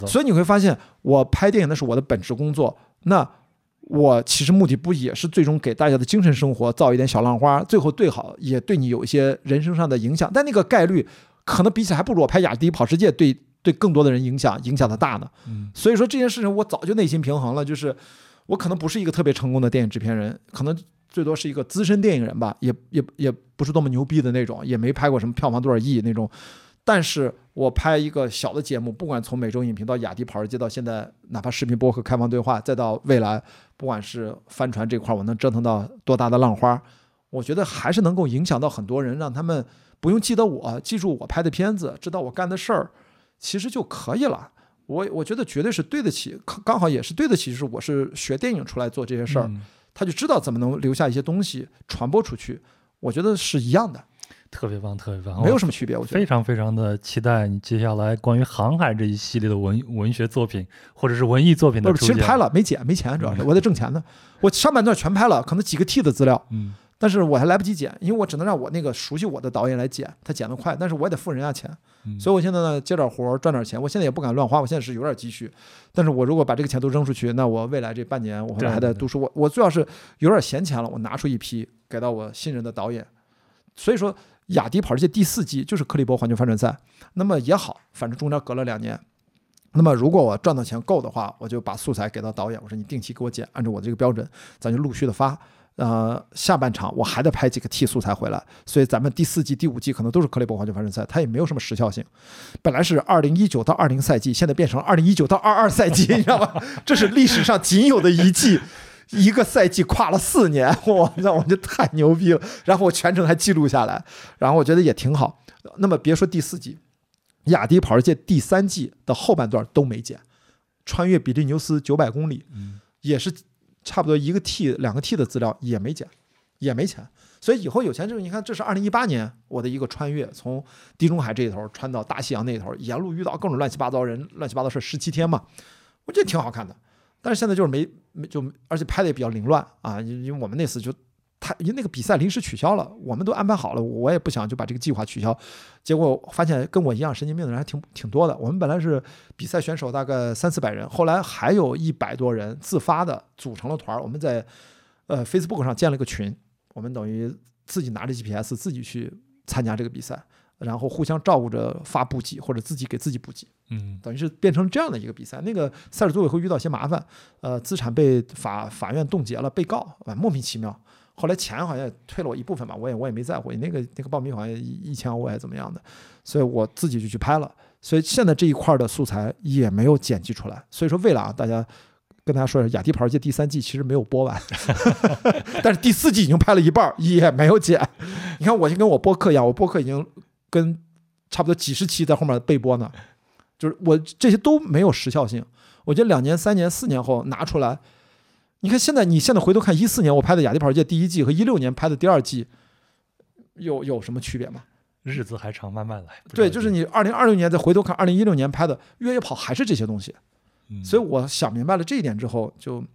所以你会发现，我拍电影那是我的本职工作，那我其实目的不也是最终给大家的精神生活造一点小浪花，最后对好也对你有一些人生上的影响，但那个概率可能比起还不如我拍雅迪跑世界对更多的人影响的大呢。所以说这件事情我早就内心平衡了，就是我可能不是一个特别成功的电影制片人，可能最多是一个资深电影人吧，也不是多么牛逼的那种，也没拍过什么票房多少亿那种。但是我拍一个小的节目，不管从每周影评到雅迪跑世界到现在哪怕视频播客开放对话，再到未来不管是帆船这块我能折腾到多大的浪花，我觉得还是能够影响到很多人，让他们不用记得我，记住我拍的片子，知道我干的事儿，其实就可以了。我觉得绝对是对得起，刚好也是对得起，就是我是学电影出来做这些事儿，他就知道怎么能留下一些东西传播出去，我觉得是一样的。 特别棒，特别棒， 没有什么区别。我觉得非常非常的期待你接下来关于航海这一系列的文学作品或者是文艺作品的出现。 其实拍了没剪没钱，主要是我得挣钱呢。我上半段全拍了，可能几个 T 的资料，但是我还来不及剪，因为我只能让我那个熟悉我的导演来剪，他剪得快，但是我也得付人家钱，所以我现在呢接点活赚点钱。我现在也不敢乱花，我现在是有点积蓄，但是我如果把这个钱都扔出去，那我未来这半年我还得读书。我最好是有点闲钱了，我拿出一批给到我信任的导演。所以说雅迪跑世界第4季就是克利伯环球帆船赛，那么也好，反正中间隔了2年。那么如果我赚到钱够的话，我就把素材给到导演，我说你定期给我剪，按照我这个标准，咱就陆续的发。下半场我还得拍几个 T 素材回来，所以咱们第4季、第5季可能都是克利伯环球帆船赛，它也没有什么时效性。本来是2019到20赛季，现在变成2019到22赛季，你知道吗？这是历史上仅有的一季。一个赛季跨了4年，我就太牛逼了。然后我全程还记录下来，然后我觉得也挺好。那么别说第4季，雅迪跑世界第3季的后半段都没剪，穿越比利牛斯900公里，也是差不多1个 T 2个 T 的资料也没剪，也没钱。所以以后有钱就是你看，这是2018年我的一个穿越，从地中海这一头穿到大西洋那一头，沿路遇到各种乱七八糟人、乱七八糟事，17天嘛，我觉得挺好看的。但是现在就是而且拍的也比较凌乱啊，因为我们那次因为那个比赛临时取消了，我们都安排好了，我也不想就把这个计划取消，结果发现跟我一样神经病的人还挺多的。我们本来是比赛选手大概300-400人，后来还有100多人自发的组成了团，我们在Facebook 上建了个群，我们等于自己拿着 GPS 自己去参加这个比赛，然后互相照顾着发补给或者自己给自己补给，等于是变成这样的一个比赛。那个赛事组委会遇到一些麻烦，资产被法院冻结了，被告莫名其妙。后来钱好像也退了我一部分吧，我也没在乎，那个报名好像1000欧还是怎么样的，所以我自己就去拍了。所以现在这一块的素材也没有剪辑出来。所以说为了跟大家说，雅迪跑世界第3季其实没有播完，但是第4季已经拍了一半，也没有剪。你看我就跟我播客一样，我播客已经跟差不多几十期在后面备播呢，就是我这些都没有时效性。我觉得2年、3年、4年后拿出来，你看你现在回头看14年我拍的雅迪跑世界第1季和16年拍的第2季，有什么区别吗？ 日子还长，慢慢来。 对，就是你2026年再回头看2016年拍的越野跑还是这些东西。所以我想明白了这一点之后，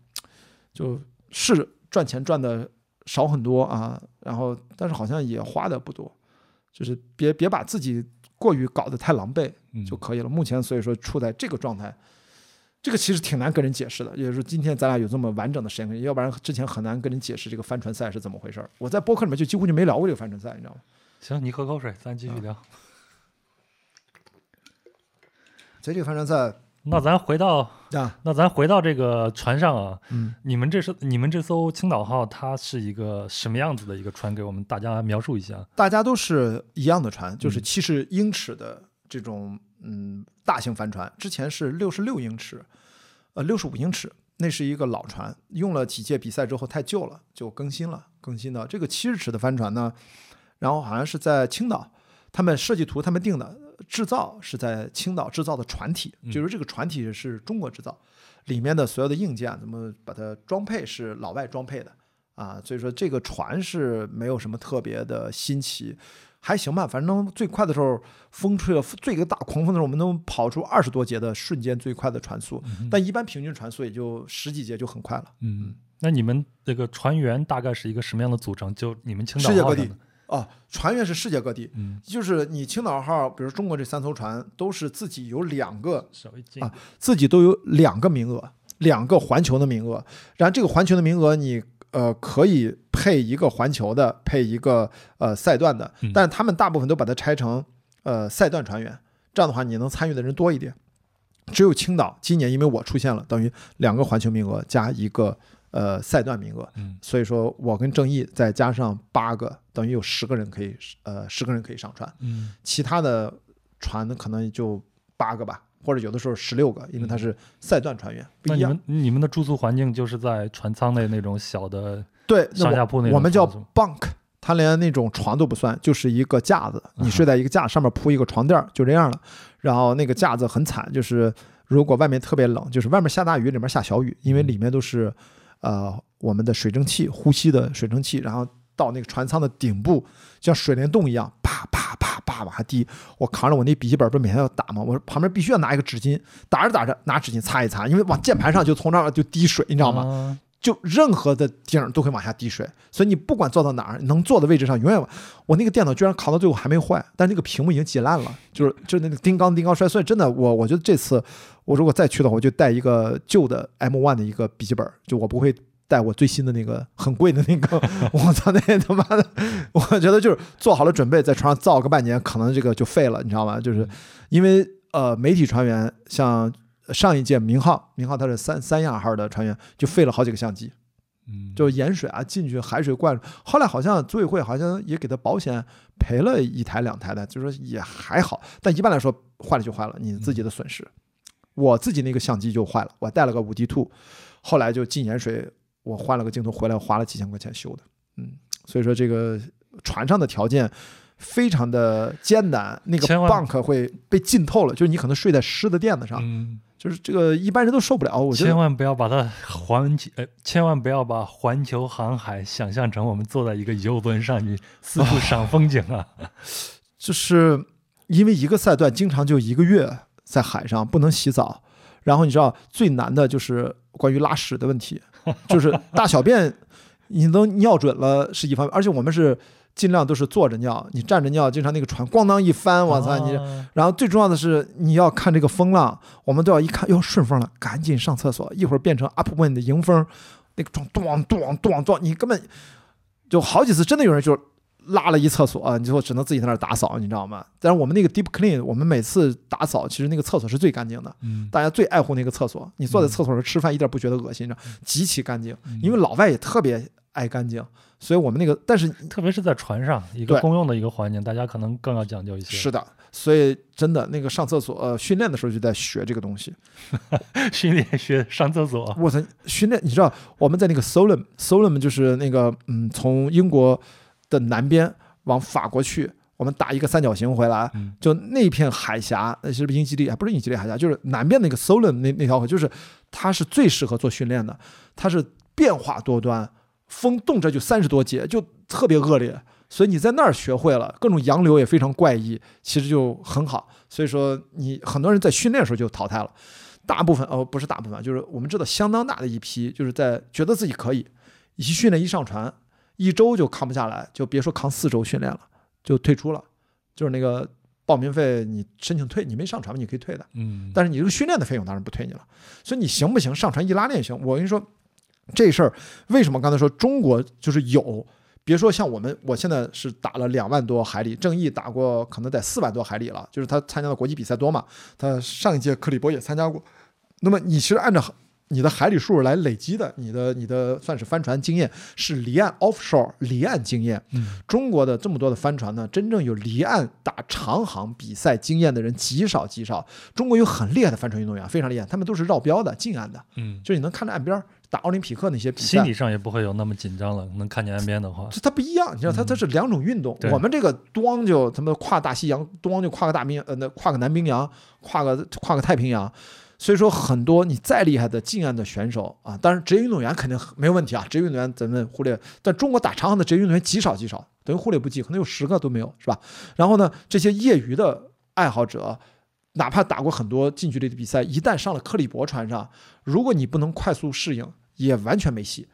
就是赚钱赚的少很多啊，然后但是好像也花的不多，就是别把自己过于搞得太狼狈就可以了。目前所以说处在这个状态，这个其实挺难跟人解释的。也就是今天咱俩有这么完整的时间，要不然之前很难跟人解释这个帆船赛是怎么回事。我在播客里面几乎就没聊过这个帆船赛，你知道吗？ 行，你喝口水，咱继续聊。 所以这个帆船赛。 那咱回到这个船上啊，你们这艘青岛号它是一个什么样子的一个船？给我们大家描述一下。 大家都是一样的船，就是70英尺的这种大型帆船，之前是66英尺，65英尺，那是一个老船，用了几届比赛之后太旧了，就更新到这个70尺的帆船呢，然后好像是在青岛，他们设计图他们定的。制造是在青岛制造的船体，就是这个船体是中国制造，里面的所有的硬件怎么把它装配是老外装配的啊，所以说这个船是没有什么特别的新奇，还行吧，反正最快的时候风吹了最大狂风的时候，我们能跑出20多节的瞬间最快的船速，但一般平均船速也就10几节就很快了。 那你们这个船员大概是一个什么样的组成？就你们青岛号世界各地。 船员是世界各地，就是你青岛号，比如中国这3艘船都是自己有2个自己都有2个名额，2个环球的名额，然后这个环球的名额你可以配一个环球的，配一个赛段的，但是他们大部分都把它拆成赛段船员，这样的话你能参与的人多一点。只有青岛今年因为我出现了，等于2个环球名额加1个赛段名额，所以说我跟郑毅再加上8个，等于有10个人可以10个人可以上船，其他的船可能就8个吧，或者有的时候16个，因为它是赛段船员不一样。 那你们的住宿环境就是在船舱内那种小的对上下铺那种， 我们叫 bunk， 它连那种床都不算，就是一个架子，你睡在一个架上面铺一个床垫就这样了。然后那个架子很惨，就是如果外面特别冷，就是外面下大雨里面下小雨，因为里面都是我们的水蒸气，呼吸的水蒸气，然后到那个船舱的顶部像水帘洞一样啪啪啪啪往下滴。我扛着我那笔记本不是每天要打吗？我旁边必须要拿一个纸巾，打着打着拿纸巾擦一擦，因为往键盘上就从那儿就滴水，你知道吗？就任何的顶都会往下滴水，所以你不管坐到哪儿，能坐的位置上永远。我那个电脑居然扛到最后还没坏，但那个屏幕已经挤烂了，就是那个叮当摔。所以真的，我觉得这次我如果再去的话，我就带一个旧的 M1 的一个笔记本，就我不会带我最新的那个很贵的那个。我操，那他妈的，我觉得就是做好了准备，在船上造个半年，可能这个就废了，你知道吗？就是因为媒体船员像。上一届明浩他是三亚号的船员，就废了好几个相机，就盐水啊进去海水灌，后来好像组委会好像也给他保险赔了1台2台的，就说也还好，但一般来说坏了就坏了，你自己的损失。我自己那个相机就坏了，我带了个5D2，后来就进盐水，我换了个镜头回来花了几千块钱修的。所以说这个船上的条件非常的艰难，那个 bunk 会被浸透了，就是你可能睡在湿的垫子上，就是这个一般人都受不了。我觉得千万不要把环球航海想象成我们坐在一个游轮上，你四处赏风景啊。 就是因为一个赛段经常就1个月在海上不能洗澡，然后你知道最难的就是关于拉屎的问题，就是大小便你都尿准了是一方面，而且我们是尽量都是坐着尿，你站着尿，经常那个船咣当一翻，我操你！然后最重要的是你要看这个风浪，我们都要一看，哟顺风了，赶紧上厕所，一会儿变成 upwind 的迎风，那个咚，你根本就好几次真的有人就拉了一厕所啊，你最后只能自己在那儿打扫，你知道吗？但是我们那个 deep clean， 我们每次打扫其实那个厕所是最干净的，大家最爱护那个厕所，你坐在厕所上吃饭一点不觉得恶心，极其干净，因为老外也特别爱干净。所以我们那个，但是特别是在船上一个公用的一个环境，大家可能更要讲究一些。 是的，所以真的那个上厕所训练的时候就在学这个东西， 训练学上厕所。 我操，训练你知道我们在那个 Solom 就是那个从英国的南边往法国去，我们打一个3角形回来，就那片海峡，是不是英吉利？不是英吉利海峡，就是南边那个 Solom 那条河，就是它是最适合做训练的，它是变化多端。风动辄就30多节，就特别恶劣，所以你在那儿学会了，各种洋流也非常怪异，其实就很好。所以说你很多人在训练的时候就淘汰了，大部分不是大部分，就是我们知道相当大的一批，就是在觉得自己可以一训练一上船1周就扛不下来，就别说扛4周训练了，就退出了，就是那个报名费你申请退，你没上船你可以退的，但是你这个训练的费用当然不退你了。所以你行不行上船一拉练行，我跟你说。这事儿为什么刚才说中国就是有，别说像我现在是打了2万多海里，郑毅打过可能在4万多海里了，就是他参加的国际比赛多嘛，他上一届克里伯也参加过。那么你其实按照你的海里数来累积的，你的算是帆船经验是离岸 offshore 离岸经验。中国的这么多的帆船呢，真正有离岸打长航比赛经验的人极少。中国有很厉害的帆船运动员，非常厉害，他们都是绕标的近岸的，就是你能看着岸边打奥林匹克那些比赛， 心理上也不会有那么紧张了。能看见岸边的话， 它不一样，你知道它是2种运动。我们这个咣就他们跨大西洋，咣就跨个跨个南冰洋，跨个太平洋。所以说很多你再厉害的近岸的选手啊，当然职业运动员肯定没有问题啊，职业运动员咱们忽略，但中国打长航的职业运动员极少，等于忽略不计，可能有10个都没有，是吧？然后呢，这些业余的爱好者，哪怕打过很多近距离的比赛，一旦上了克里伯船上，如果你不能快速适应，也完全没戏。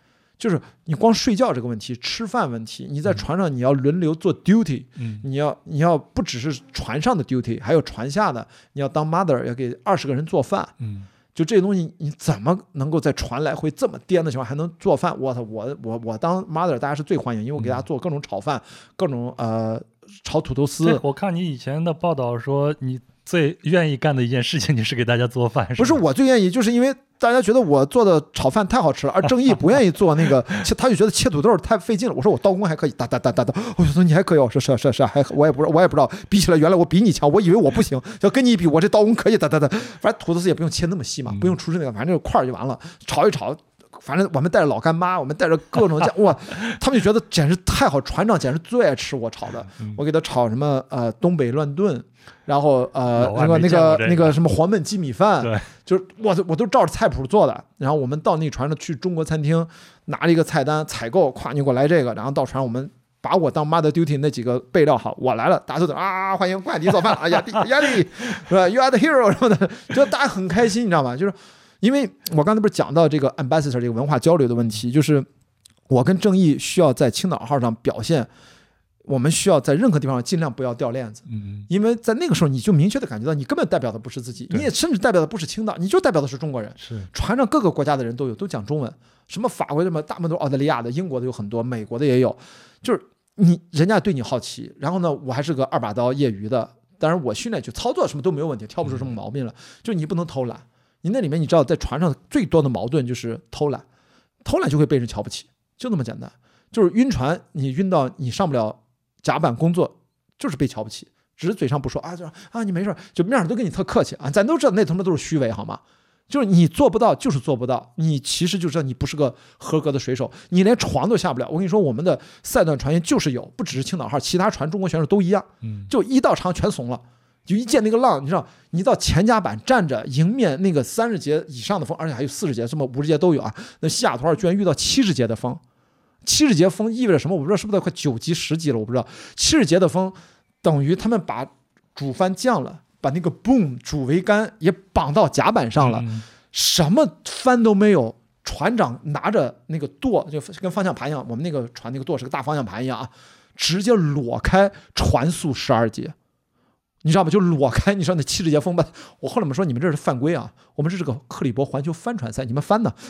就是你光睡觉这个问题，吃饭问题，你在船上你要轮流做 duty，你要不只是船上的 duty， 还有船下的，你要当 mother， 要给20个人做饭，就这些东西，你怎么能够在船来回这么颠的情况还能做饭？我当 mother， 大家是最欢迎，因为我给大家做各种炒饭，各种炒土豆丝。 我看你以前的报道说，你最愿意干的一件事情就是给大家做饭， 不是我最愿意，就是因为大家觉得我做的炒饭太好吃了，而郑毅不愿意做那个，他就觉得切土豆太费劲了。我说我刀工还可以，哒，我说你还可以，我说是，还我也不知道，比起来原来我比你强，我以为我不行，要跟你一比，我这刀工可以，哒，反正土豆丝也不用切那么细嘛，不用厨师那个，反正这个块就完了，炒一炒。反正我们带着老干妈，我们带着各种酱，哇，他们就觉得简直太好，船长简直最爱吃我炒的。我给他炒什么东北乱炖，然后那个什么黄焖鸡米饭，就是我都照着菜谱做的。然后我们到那船上去中国餐厅，拿了一个菜单采购，咵你给我来这个，然后到船上我们把我当 mother duty 那几个备料好，我来了，大家都啊欢迎冠迪做饭啊，压力是吧 ？You are the hero 什么的，就大家很开心，你知道吗？就是。因为我刚才不是讲到这个 ambassador 这个文化交流的问题，就是我跟郑毅需要在青岛号上表现，我们需要在任何地方尽量不要掉链子，因为在那个时候你就明确的感觉到你根本代表的不是自己，你也甚至代表的不是青岛，你就代表的是中国人。 是船上各个国家的人都讲中文，什么法国什么大部分都是澳大利亚的，英国的有很多，美国的也有，就是人家对你好奇，然后呢，我还是个2把刀业余的，当然我训练去操作什么都没有问题，挑不出什么毛病了，就你不能偷懒。你那里面你知道，在船上最多的矛盾就是偷懒就会被人瞧不起，就那么简单。就是晕船，你晕到你上不了甲板工作，就是被瞧不起，只是嘴上不说啊，你没事，就面上都跟你特客气啊，咱都知道那他妈都是虚伪好吗？就是你做不到，就是做不到，你其实就知道你不是个合格的水手，你连床都下不了。我跟你说，我们的赛段船员就是有，不只是青岛号，其他船中国选手都一样，就一到场全怂了。就一见那个浪，你知道，你到前甲板站着，迎面那个30节以上的风，而且还有40节，什么50节都有啊。那西雅图号居然遇到70节的风，70节风意味着什么？我不知道，是不是快9级10级了？我不知道。70节的风等于他们把主帆降了，把那个 boom 主桅杆也绑到甲板上了，什么帆都没有。船长拿着那个舵，就跟方向盘一样，我们那个船那个舵是个大方向盘一样啊，直接裸开船速12节。你知道吗？就裸开，你说那70节风吧，我后来我们说你们这是犯规啊，我们这是个克里伯环球帆船赛，你们翻呢？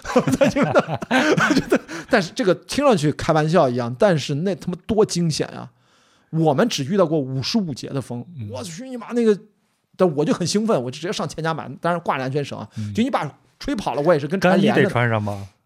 但是这个听上去开玩笑一样，但是那他妈多惊险啊！我们只遇到过55节的风，我去你妈那个，但我就很兴奋，我就直接上前甲板，当然挂着安全绳啊，就你把吹跑了，我也是跟船连着。 干一得穿上吗？